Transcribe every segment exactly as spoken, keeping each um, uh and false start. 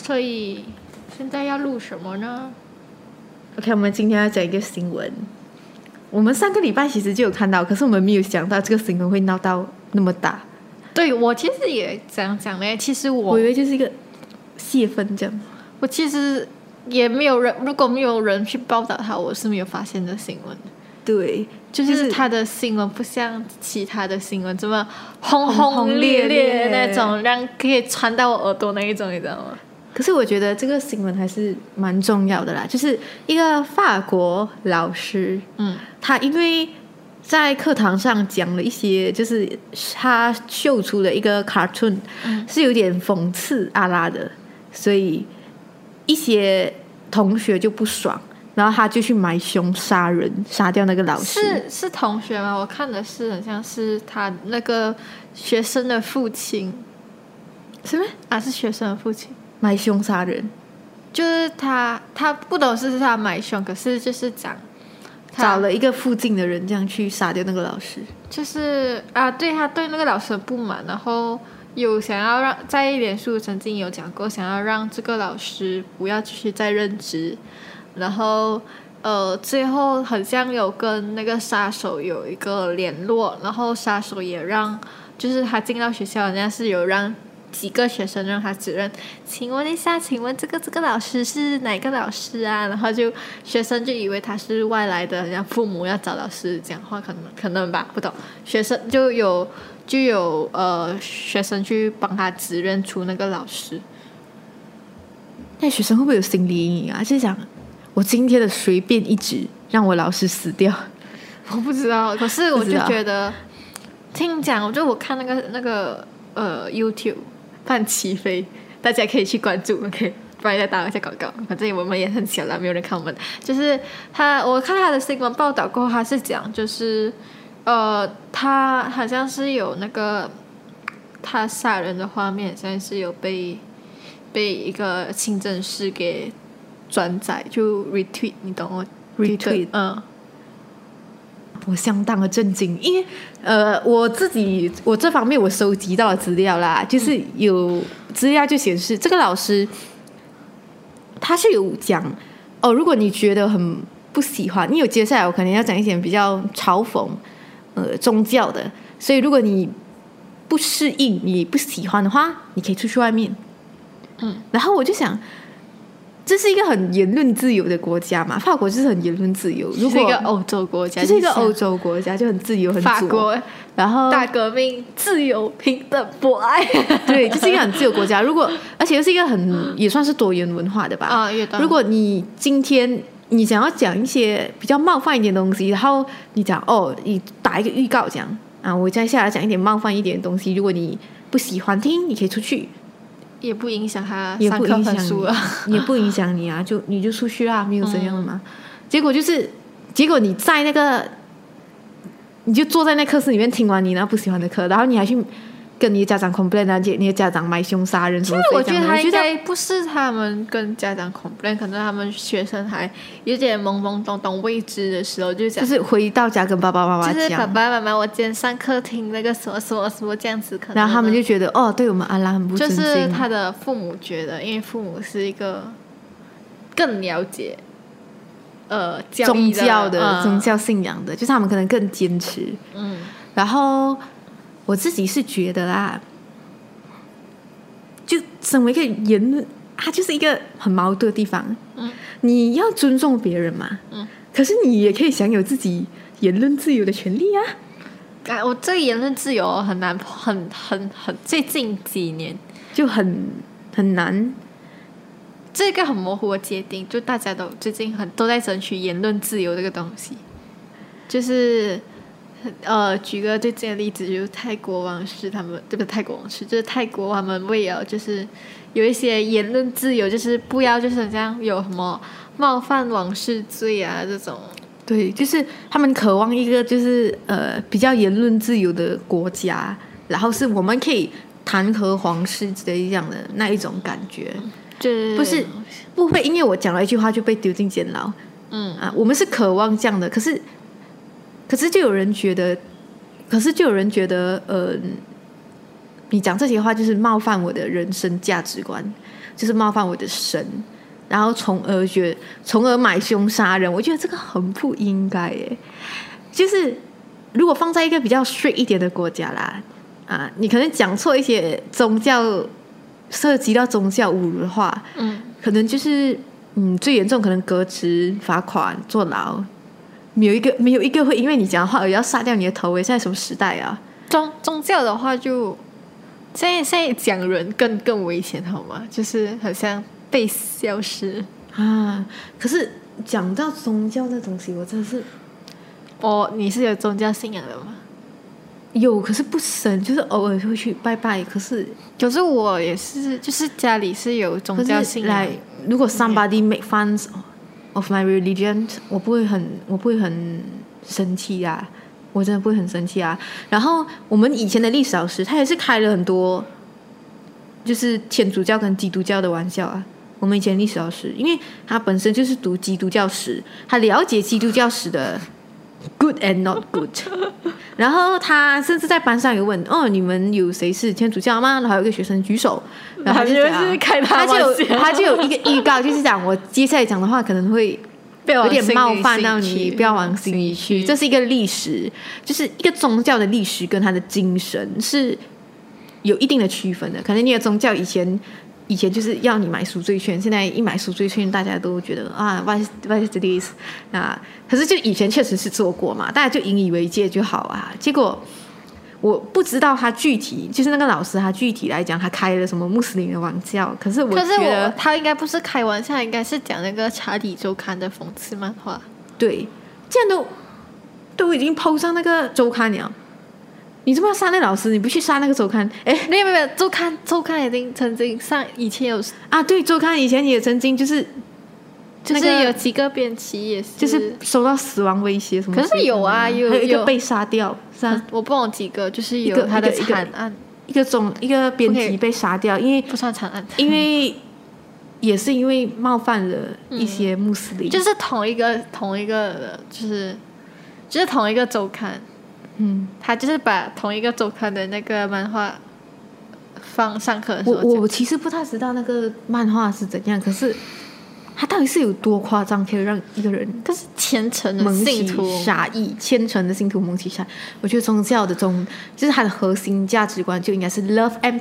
所以现在要录什么呢 ？OK， 我们今天要讲一个新闻。我们上个礼拜其实就有看到，可是我们没有想到这个新闻会闹到那么大。 对，我其实也这样讲的，其实我我以为就是一个泄愤这样。 我其实也没有人，如果没有人去报道它，我是没有发现的新闻。 对， 就是它的新闻不像其他的新闻这么轰轰烈烈那种，让可以传到我耳朵那一种，你知道吗？ 可是我觉得这个新闻还是蛮重要的啦，就是一个法国老师，嗯，他因为在课堂上讲了一些，就是他秀出了一个 cartoon，嗯，是有点讽刺阿拉的，所以一些同学就不爽，然后他就去买凶杀人，杀掉那个老师。 是是同学吗？我看的是很像是他那个学生的父亲， 是吗？ 啊，是学生的父亲买凶杀人， 就是他他不懂是他买凶，可是就是讲找了一个附近的人这样去杀掉那个老师， 就是啊，对他对那个老师的不满，然后有想要让在脸书曾经有讲过，想要让这个老师不要继续再任职，然后呃最后很像有跟那个杀手有一个联络，然后杀手也让就是他进到学校，人家是有让几个学生让他指认，请问一下，请问这个这个老师是哪个老师啊？然后就学生就以为他是外来的，人家父母要找老师讲话，可能可能吧，不懂。学生就有就有呃学生去帮他指认出那个老师。 那学生会不会有心理阴影啊？就是讲我今天的随便一指让我老师死掉， 我不知道，可是我就觉得听讲，我就我看那个那个呃 YouTube。范奇飞，大家可以去关注 ，OK， 不然再打一下广告。反正我们也很小了，没有人看我们。就是他，我看他的新闻报道过后，他是讲，就是呃，他好像是有那个他杀人的画面，好像是有被被一个清真寺给转载，就 retweet， 你懂吗 ？retweet， 嗯。 我相当的震惊，因为呃，我自己我这方面我收集到的资料啦，就是有资料就显示这个老师他是有讲哦，如果你觉得很不喜欢，因为接下来我可能要讲一些比较嘲讽呃宗教的，所以如果你不适应你不喜欢的话，你可以出去外面。嗯，然后我就想。这是一个很言论自由的国家嘛，法国就是很言论自由。如果是一个欧洲国家， 就是一个欧洲国家，就很自由，很左。 法国， 然后大革命、自由、平等、博爱， 对，就是一个很自由国家。如果而且又是一个很也算是多元文化的吧。 啊， 如果你今天你想要讲一些比较冒犯一点的东西，然后你讲哦，你打一个预告讲啊，我接下来讲一点冒犯一点的东西，如果你不喜欢听，你可以出去。 也不影响他上课分数啊， 也不影响你啊，就你就出去啦，没有怎样的嘛。嗯、结果就是，结果你在那个，你就坐在那课室里面听完你那不喜欢的课，然后你还去跟你的家长 complain 啊，你的家长买凶杀人什么。 其实我觉得他应该不是他们跟家长 complain， 可能他们学生还有点懵懵懂懂未知的时候，就讲就是回到家跟爸爸妈妈讲， 就是爸爸妈妈，我今天上课听那个什么什么什么这样子，可能然后他们就觉得哦，对我们阿拉很不尊敬。 就是他的父母觉得，因为父母是一个更了解呃教宗教的、 嗯、 宗教信仰的，就是他们可能更坚持。嗯，然后。我自己是觉得啦，就身为一个言论，它就是一个很矛盾的地方。嗯，你要尊重别人嘛，嗯，可是你也可以享有自己言论自由的权利啊。 啊，我这个言论自由很难，很很很，最近几年就很很难， 这个很模糊的界定，就大家都最近很都在争取言论自由这个东西，就是。呃，举个最近的例子，就是泰国王室他们，对不对？泰国王室就是泰国，他们为了就是有一些言论自由，就是不要就是好像有什么冒犯王室罪啊这种。 对，就是他们渴望一个就是呃比较言论自由的国家，然后是我们可以弹劾皇室之类这样的那一种感觉， 就不是不会因为我讲了一句话就被丢进监牢。嗯啊，我们是渴望这样的，可是。可是就有人觉得，可是就有人觉得，呃， 你讲这些话就是冒犯我的人生价值观，就是冒犯我的神，然后从而觉从而买凶杀人，我觉得这个很不应该耶。就是如果放在一个比较 strict 一点的国家啦，啊，你可能讲错一些宗教涉及到宗教侮辱的话， 嗯， 可能就是嗯最严重可能革职、罚款、坐牢，没有一个没有一个会因为你讲的话而要杀掉你的头。现在什么时代啊？ 宗宗教的话就现在现在讲人更更危险好吗？就是好像被消失啊。可是讲到宗教这东西，我真的是， 哦，你是有宗教信仰的吗？ 有，可是不深，就是偶尔会去拜拜。可是可是我也是，就是家里是有宗教信仰。 来，如果 somebody make fun of my religion， 我不会很我不会很生气啊，我真的不会很生气啊。然后我们以前的历史老师，他也是开了很多就是天主教跟基督教的玩笑啊。我们以前历史老师，因为他本身就是读基督教史，他了解基督教史的 good and not good。然后他甚至在班上有问，哦，你们有谁是天主教吗？然后有一个学生举手，然后他就讲， 开他就有他就有一个预告，就是讲我接下来讲的话可能会有点冒犯到你，不要往心里去。这是一个历史，就是一个宗教的历史跟它的精神是有一定的区分的。可能你的宗教以前以前就是要你买赎罪券，现在一买赎罪券大家都觉得啊 what is, what is this 啊，可是就以前确实是做过嘛，大家就引以为戒就好啊。结果我不知道他具体就是那个老师他具体来讲他开了什么穆斯林的玩笑，可是我觉得可是我他应该不是开玩笑，应该是讲那个查理周刊的讽刺漫画。 对，既然都都已经 po 上那个周刊了，你怎么要杀那老师？你不去杀那个周刊？哎， 没有没有，周刊周刊已经曾经上以前有啊，对，周刊以前也曾经就是， 就是有几个编辑也是， 就是收到死亡威胁什么。 可是有啊，有还有一个被杀掉，是啊， 我不懂几个，就是有他的惨案， 一个总一个编辑被杀掉，因为不算惨案， 因为也是因为冒犯了一些穆斯林， 嗯、就是同一个同一个就是就是同一个周刊。嗯，他就是把同一个周刊的那个漫画放上课的时候， 我我其实不太知道那个漫画是怎样，可是他到底是有多夸张，可以让一个人可是虔诚的信徒蒙起杀意，虔诚的信徒蒙起杀。我觉得宗教的宗就是它的核心价值观就应该是 love and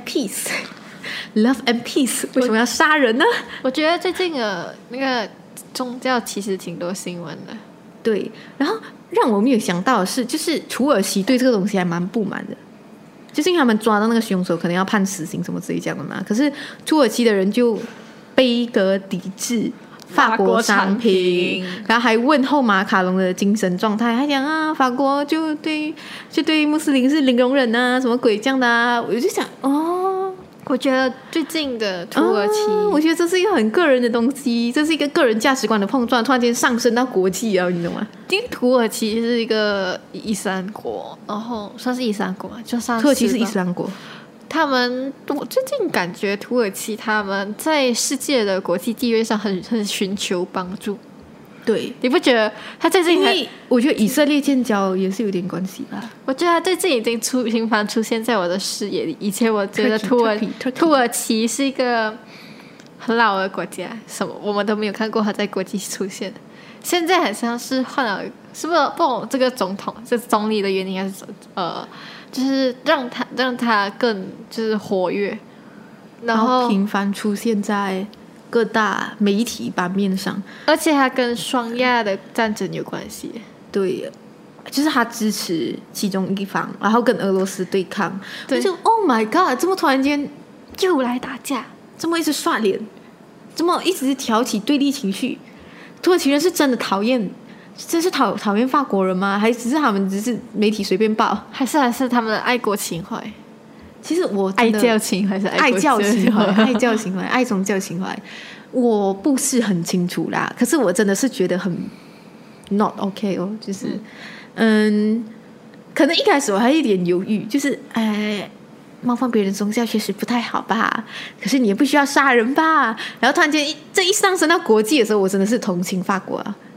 peace，love and peace。为什么要杀人呢？ 我觉得最近的那个宗教其实挺多新闻的， 对，然后。让我没有想到的是，就是土耳其对这个东西还蛮不满的，就是因为他们抓到那个凶手可能要判死刑什么之类这样的嘛，可是土耳其的人就悲歌抵制法国商品，然后还问候马卡龙的精神状态，还讲啊法国就对就对穆斯林是零容忍啊，什么鬼这样的啊，我就想哦， 我觉得最近的土耳其、 啊，我觉得这是一个很个人的东西，这是一个个人价值观的碰撞，突然间上升到国际啊，你懂吗？ 因为土耳其是一个伊斯兰国，然后算是伊斯兰国嘛，就算是土耳其是伊斯兰国。 他们，我最近感觉土耳其他们在世界的国际地位上很很寻求帮助。 对， 你不觉得他最近？因为我觉得以色列建交也是有点关系吧。 我觉得他最近已经出频繁出现在我的视野里。以前我觉得土耳土耳其是一个很老的国家，什么我们都没有看过他在国际出现。现在好像是换了，是不是不懂这个总统这总理的原因还是呃，就是让他让他更就是活跃，然后, 然后频繁出现在各大媒体版面上， 而且他跟双亚的战争有关系。 对，就是他支持其中一方，然后跟俄罗斯对抗。对，就 Oh my God， 这么突然间就来打架， 这么一直刷脸，这么一直挑起对立情绪。土耳其人是真的讨厌，真是讨讨厌法国人吗？还只是他们只是媒体随便报？ 还是还是他们的爱国情怀？ 其实我爱教情怀是爱教情怀，爱教情怀，爱宗教情怀，我不是很清楚啦。可是我真的是觉得很 not OK 哦，就是嗯, 嗯，可能一开始我还有一点犹豫，就是哎。冒犯别人的宗教确实不太好吧，可是你也不需要杀人吧。然后突然间这一上升到国际的时候，我真的是同情法国啊，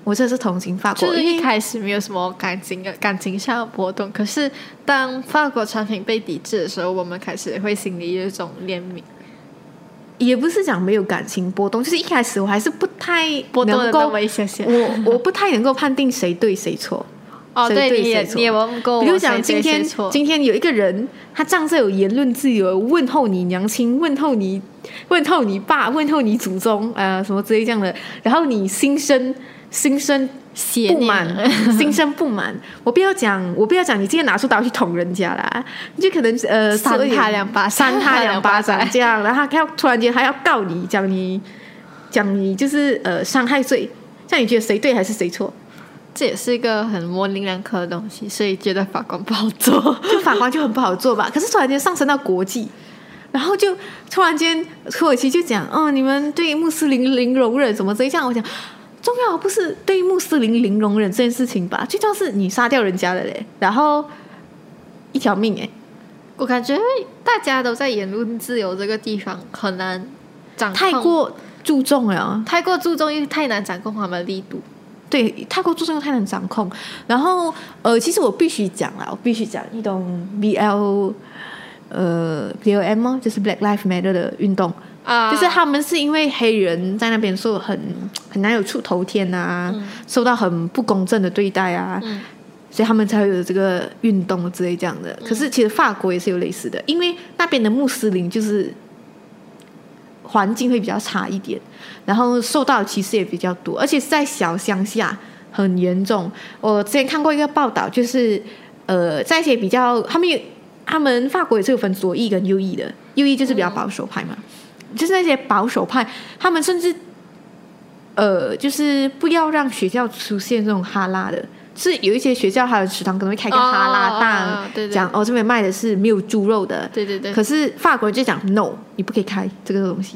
我真的是同情法国， 就是因为一开始没有什么感情感情上的波动，可是当法国产品被抵制的时候，我们开始会心里有一种怜悯。 也不是讲没有感情波动，就是一开始我还是不太波动的能够， 那么一些些我我不太能够判定谁对谁错。 哦， 谁对，你也对谁错你也问过我， 比如讲谁对今天谁错今天有一个人，他仗着有言论自由，问候你娘亲，问候你，问候你爸，问候你祖宗，呃，什么之类这样的，然后你心生心生邪不满， 念心生不满。我不要讲，我不要讲，你今天拿出刀去捅人家啦，你就可能呃扇说一点他两巴扇他两巴扇他两巴掌掌这样，然后他要突然间还要告你，讲你讲你就是呃伤害罪，这样你觉得谁对还是谁错？ 这也是一个很模棱两可的东西，所以觉得法官不好做。 就法官就很不好做吧。可是突然间上升到国际，然后就突然间土耳其就讲，哦，你们对穆斯林零容忍什么这样，我讲重要不是对穆斯林零容忍这件事情吧，最重要是你杀掉人家了嘞，然后一条命哎， 我感觉大家都在言论自由这个地方很难掌控， 太过注重了， 太过注重，又太难掌控他们的力度。 对，太过注重又太难掌控。然后呃，其实我必须讲啦，我必须讲，你懂 B L 呃 B L M 吗？就是 Black Lives Matter 的运动。 啊， 就是他们是因为黑人在那边受很很难有出头天啊， 嗯、 受到很不公正的对待啊， 嗯、 所以他们才会有这个运动之类这样的。可是其实法国也是有类似的，因为那边的穆斯林就是环境会比较差一点，然后受到的歧视也比较多，而且是在小乡下很严重。我之前看过一个报道，就是呃，在一些比较他们有他们法国也是有分左翼跟右翼的，右翼就是比较保守派嘛。嗯，就是那些保守派，他们甚至，呃，就是不要让学校出现这种哈拉的，是有一些学校它的食堂可能会开个哈拉档， 哦哦哦对对讲哦这边卖的是没有猪肉的， 对对对。 可是法国人就讲 no， 你不可以开这个东西。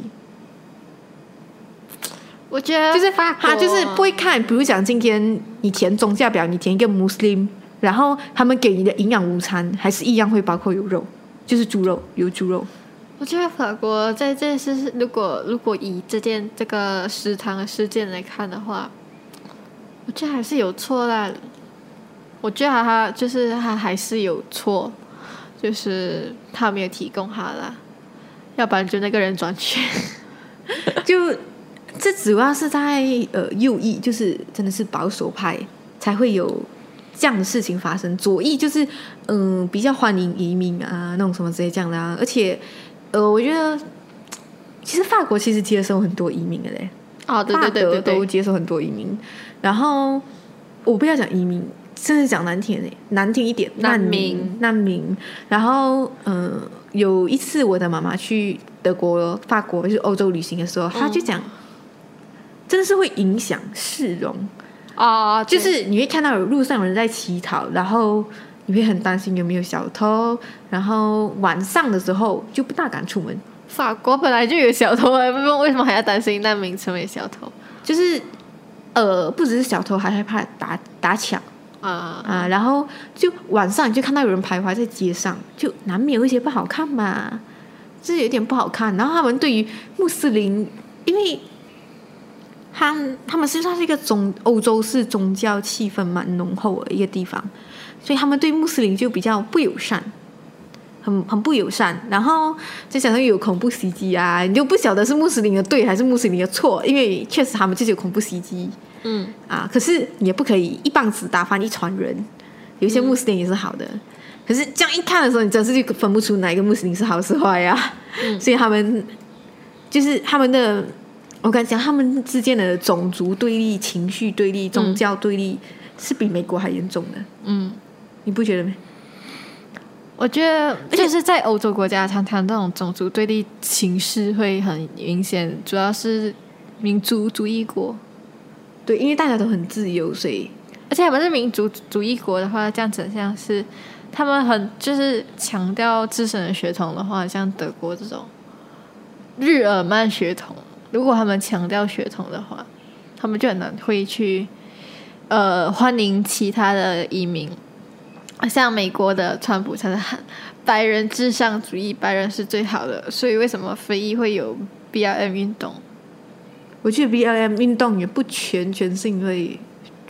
我觉得就是他就是不会看，比如讲今天你填宗教表，你填一个 Muslim， 然后他们给你的营养午餐还是一样会包括有肉，就是猪肉，有猪肉。 我觉得法国在这件事，如果如果以这件这个食堂的事件来看的话，我觉得还是有错啦。我觉得他就是他还是有错，就是他没有提供哈拉，要不然就那个人转圈。 就这主要是在呃右翼，就是真的是保守派才会有这样的事情发生。左翼就是嗯、呃、比较欢迎移民啊，那种什么之类这样的啊，而且。呃，我觉得其实法国其实接受很多移民的嘞， 哦，对对对对对， 都接受很多移民。然后我不要讲移民，甚至讲难听的，难听一点，难民，难民。然后嗯、呃，有一次我的妈妈去德国、法国，就是欧洲旅行的时候，她就讲，真的是会影响市容哦， 就是你会看到有路上有人在乞讨，然后。你会很担心有没有小偷，然后晚上的时候就不大敢出门。 法国本来就有小偷啊，为什么还要担心难民成为小偷？ 就是呃，不只是小偷，还害怕打打抢啊啊！然后就晚上你就看到有人徘徊在街上，就难免有一些不好看嘛，就是有点不好看。然后他们对于穆斯林，因为他他们实际上是一个宗欧洲式宗教气氛蛮浓厚的一个地方。所以他们对穆斯林就比较不友善，很很不友善，然后就想到有恐怖袭击啊，你就不晓得是穆斯林的对还是穆斯林的错，因为确实他们就是有恐怖袭击， 嗯啊，可是你也不可以一棒子打翻一船人，有些穆斯林也是好的，嗯、可是这样一看的时候，你真是就分不出哪一个穆斯林是好是坏呀、啊嗯，所以他们就是他们的，我跟你讲，他们之间的种族对立、情绪对立、宗教对立、嗯、是比美国还严重的， 嗯。 你不觉得吗？ 我觉得就是在欧洲国家，常常这种种族对立情势会很明显，主要是民族主义国。 对，因为大家都很自由，所以而且他们是民族主义国的话，这样子像是他们很就是强调自身的血统的话，像德国这种日耳曼血统，如果他们强调血统的话，他们就很难会去呃欢迎其他的移民。像美国的川普常常喊白人至上主义，白人是最好的，所以为什么非裔会有 B L M 运动？ 我觉得 B L M 运动也不全全是因为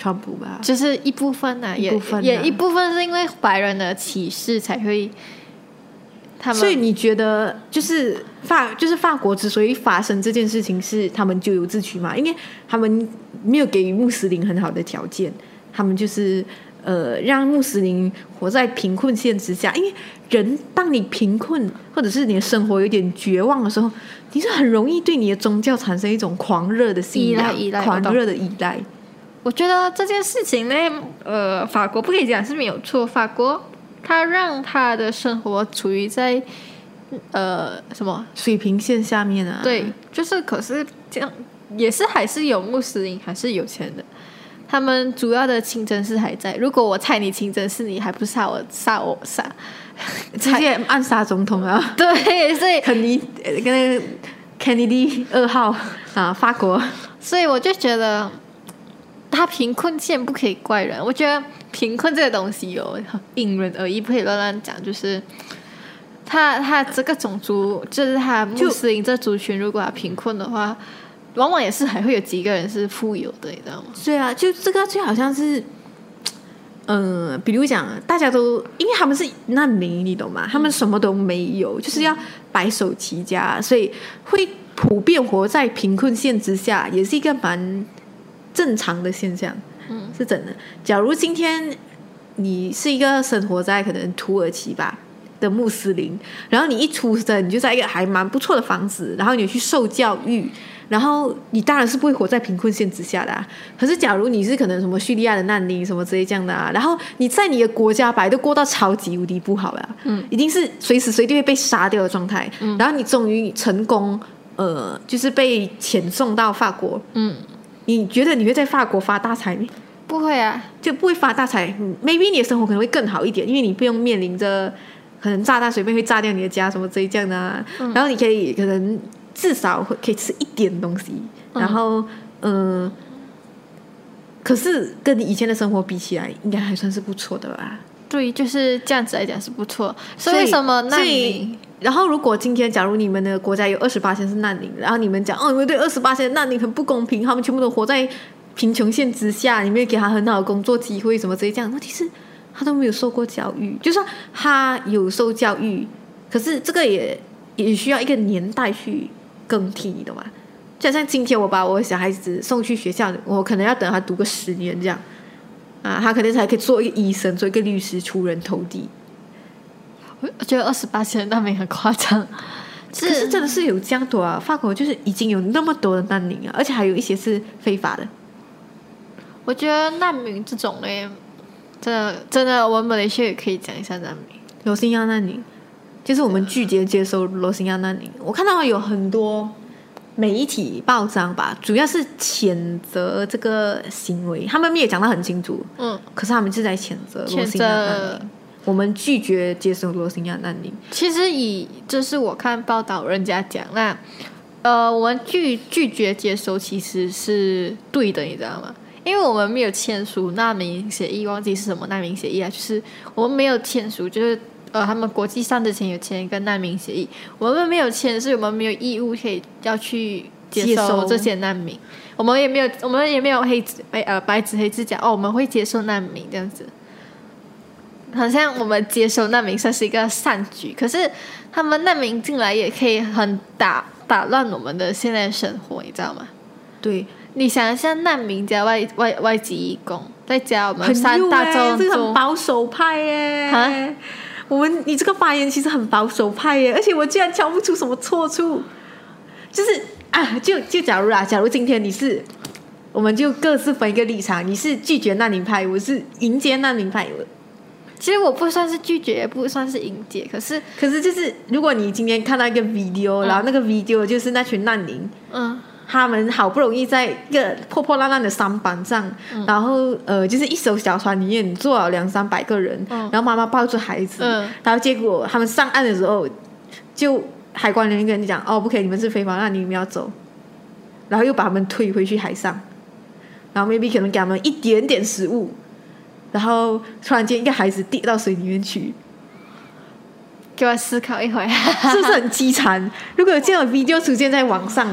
川普吧， 就是一部分啊， 一部分啊也也一部分是因为白人的歧视才会。他们所以你觉得就是法就是法国之所以发生这件事情是他们咎由自取嘛？因为他们没有给予穆斯林很好的条件，他们就是呃让穆斯林活在贫困线之下。因为人当你贫困或者是你的生活有点绝望的时候，你是很容易对你的宗教产生一种狂热的信仰， 依赖依赖狂热的依赖。 我觉得这件事情呢，呃，法国不可以讲是没有错，法国。他让他的生活处于在呃什么水平线下面啊？ 对，就是可是这样也是还是有穆斯林还是有钱的，他们主要的竞争是还在。如果我猜你竞争是你，还不杀我杀我杀， 直接暗杀总统啊！ 对，所以肯尼跟那个 Kennedy 二号啊，法国。 所以我就觉得他贫困线不可以怪人，我觉得。贫困这个东西有因人而异，不可以乱乱讲。就是他他这个种族，就是他穆斯林这族群，如果他贫困的话，往往也是还会有几个人是富有的，你知道吗？ 对啊，就这个就好像是，嗯、呃，比如讲，大家都因为他们是难民，你懂吗？他们什么都没有，就是要白手起家，所以会普遍活在贫困线之下，也是一个蛮正常的现象。嗯，是真的。假如今天你是一个生活在可能土耳其吧的穆斯林，然后你一出生你就在一个还蛮不错的房子，然后你去受教育，然后你当然是不会活在贫困线之下的啊。可是假如你是可能什么叙利亚的难民什么之类这样的啊，然后你在你的国家白都过到超级无敌不好了，嗯，一定是随时随地会被杀掉的状态。嗯，然后你终于成功，呃，就是被遣送到法国，嗯。你觉得你会在法国发大财吗？ 不会啊， 就不会发大财。maybe 你的生活可能会更好一点，因为你不用面临着可能炸弹随便会炸掉你的家什么这一样的啊、嗯。然后你可以可能至少可以吃一点东西，嗯、然后嗯、呃，可是跟你以前的生活比起来，应该还算是不错的吧？ 对，就是这样子来讲是不错。所以为什么难民？ 然后，如果今天假如你们的国家有二十八千是难民，然后你们讲哦，你们对二十八千难民很不公平，他们全部都活在贫穷线之下，你没有给他很好的工作机会什么这样。问题是，他都没有受过教育，就算他有受教育，可是这个也也需要一个年代去更替，你懂吗？就好像今天我把我小孩子送去学校，我可能要等他读个十年这样啊，他可能才可以做一个医生，做一个律师，出人头地。 我觉得二十八千难民很夸张， 可是真的是有这样多啊！法国就是已经有那么多的难民啊，而且还有一些是非法的。 我觉得难民这种嘞，真的真的，我们马来西亚也可以讲一下难民。 罗兴亚难民，就是我们拒绝接收罗兴亚难民。我看到有很多媒体报章吧，主要是谴责这个行为，他们没有讲得很清楚，嗯，可是他们是在谴责罗兴亚难民。我们拒绝接收罗兴亚难民。 其实以这是我看报道人家讲，那呃，我们拒拒绝接收其实是对的，你知道吗？因为我们没有签署难民协议，忘记是什么难民协议啊？就是我们没有签署，就是呃，他们国际上之前有签一个难民协议，我们没有签，是我们没有义务可以要去接收这些难民，我们也没有，我们也没有黑纸呃白纸黑字讲哦，我们会接受难民这样子。好像我们接收难民算是一个善举，可是他们难民进来也可以很打打乱我们的现在的生活，你知道吗？ 对， 你想一下，难民加外外外籍义工，再加我们三大宗族， 这个很保守派耶。我们你这个发言其实很保守派耶，而且我居然挑不出什么错处，就是啊，就就假如啦，假如今天你是，我们就各自分一个立场，你是拒绝难民派，我是迎接难民派。 其实我不算是拒绝，也不算是迎接，可是可是就是如果你今天看到一个 video，、嗯、然后那个 video 就是那群难民，嗯，他们好不容易在一个破破烂烂的舢板上，嗯、然后呃就是一艘小船里面坐了两三百个人，嗯、然后妈妈抱着孩子，嗯、然后结果他们上岸的时候，就海关人员跟你讲，哦不可以，你们是非法难民，你们要走，然后又把他们推回去海上，然后 maybe 可能给他们一点点食物。然后突然间一个孩子跌到水里面去， 给我思考一会是不是很凄惨？如果有这样的 video 出现在网上的话，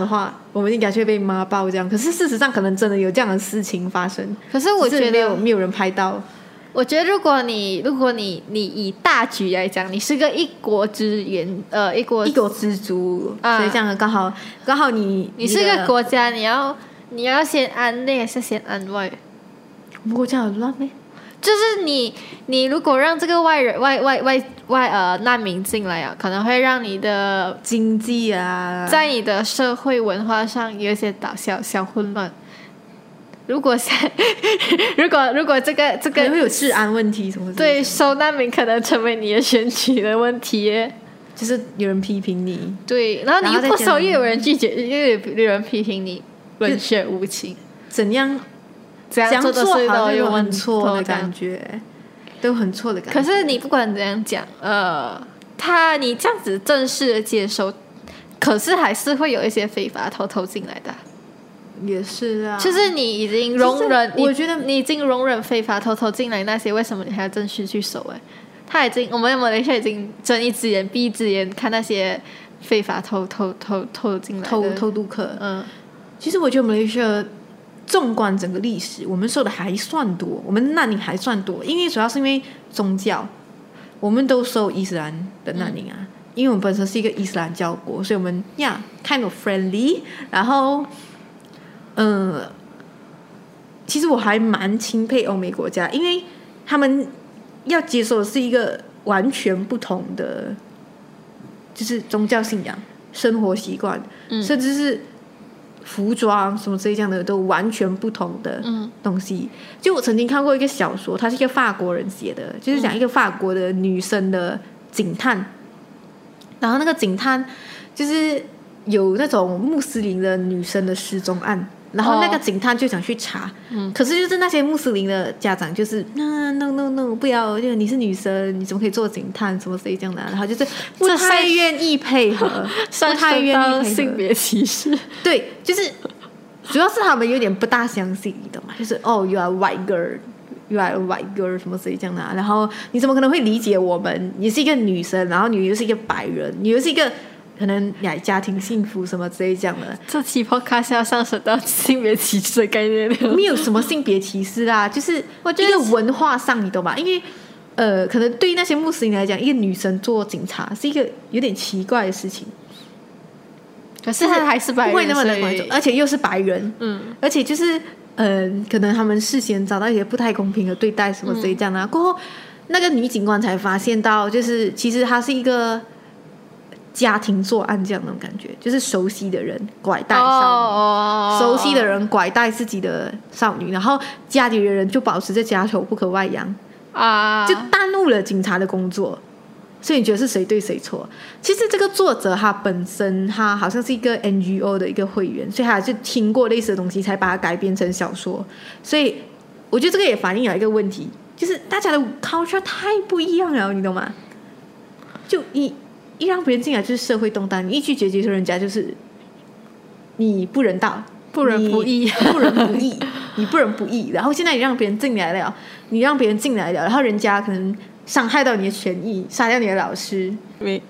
我们应该就会被骂爆这样。可是事实上可能真的有这样的事情发生， 可是我觉得没有没有人拍到。 我觉得如果你如果你你以大局来讲，你是个一国之言，呃，一国一国之主， 啊、 所以这样刚好刚好你你是个国家，你要你要先安内还是先安外？ 我们国家有乱咩？ 就是你你如果让这个外人外外外外呃难民进来啊，可能会让你的经济啊， 在你的社会文化上有一些小小小混乱。如果如果如果这个这个可能会有治安问题什么的， 对，收难民可能成为你的选举的问题耶， 就是有人批评你， 对，然后你又不收，又有人拒绝，又有人批评你，冷血无情， 怎样怎样做做都是好像有问很错的感觉，都很错的感觉。 可是你不管怎样讲，呃，他你这样子正式的接收，可是还是会有一些非法偷偷进来的。 也是啊， 就是你已经容忍， 我觉得你已经容忍非法偷偷进来那些，为什么你还要正式去收？哎，他已经，我们马来西亚已经睁一只眼闭一只眼看那些非法偷偷偷偷进来的偷偷渡客。 嗯， 其实我觉得马来西亚纵观整个历史，我们收的还算多，我们难民还算多，因为主要是因为宗教，我们都收伊斯兰的难民啊，嗯、因为我们本身是一个伊斯兰教国，所以我们呀、yeah, kind of friendly， 然后。嗯，其实我还蛮钦佩欧美国家，因为他们要接受的是一个完全不同的，就是宗教信仰、生活习惯，嗯、甚至是服装什么这样的都完全不同的东西。嗯、就我曾经看过一个小说，它是一个法国人写的，就是讲一个法国的女生的警探，然后那个警探就是有那种穆斯林的女生的失踪案。然后那个警探就想去查，哦、可是就是那些穆斯林的家长就是、嗯、no no no 不要，就你是女生，你怎么可以做警探，什么之类这样的、啊，然后就是不太愿意配合，不太愿意配合， 性别歧视。 对，就是主要是他们有点不大相信，你懂吗？就是哦 ，you are white girl。You are a white girl 什么之类这样的、啊，然后你怎么可能会理解我们？你是一个女生，然后你又是一个白人，你又是一个。可能呀，家庭幸福什么之类这样的。 这期 podcast 要上升到性别歧视的概念了。 没有什么性别歧视啦，就是我觉得文化上你懂吧？因为呃，可能对于那些穆斯林来讲，一个女生做警察是一个有点奇怪的事情。 可是她还是白人， 不会那么的关注，而且又是白人， 嗯， 而且就是嗯、呃，可能他们事先遭到一些不太公平的对待什么之类这样的、啊嗯、过后那个女警官才发现到，就是其实她是一个。家庭作案这样那种感觉，就是熟悉的人拐带少女， oh, 熟悉的人拐带自己的少女，然后家里的人就保持着家丑不可外扬啊， uh, 就耽误了警察的工作。所以你觉得是谁对谁错？其实这个作者他本身他好像是一个 N G O 的一个会员，所以他就听过类似的东西才把它改编成小说。所以我觉得这个也反映了一个问题，就是大家的 culture 太不一样了，你懂吗？就你一让别人进来就是社会动荡，你一拒绝接受人家就是你不人道、 不仁不义、 不仁不义，你不仁不义。然后现在你让别人进来了，你让别人进来了，然后人家可能伤害到你的权益，杀掉你的老师， 对，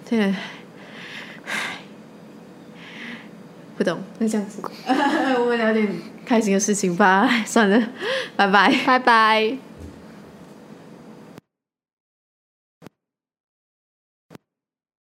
不懂，那这样子，我们聊点开心的事情吧。算了，拜拜， 拜拜。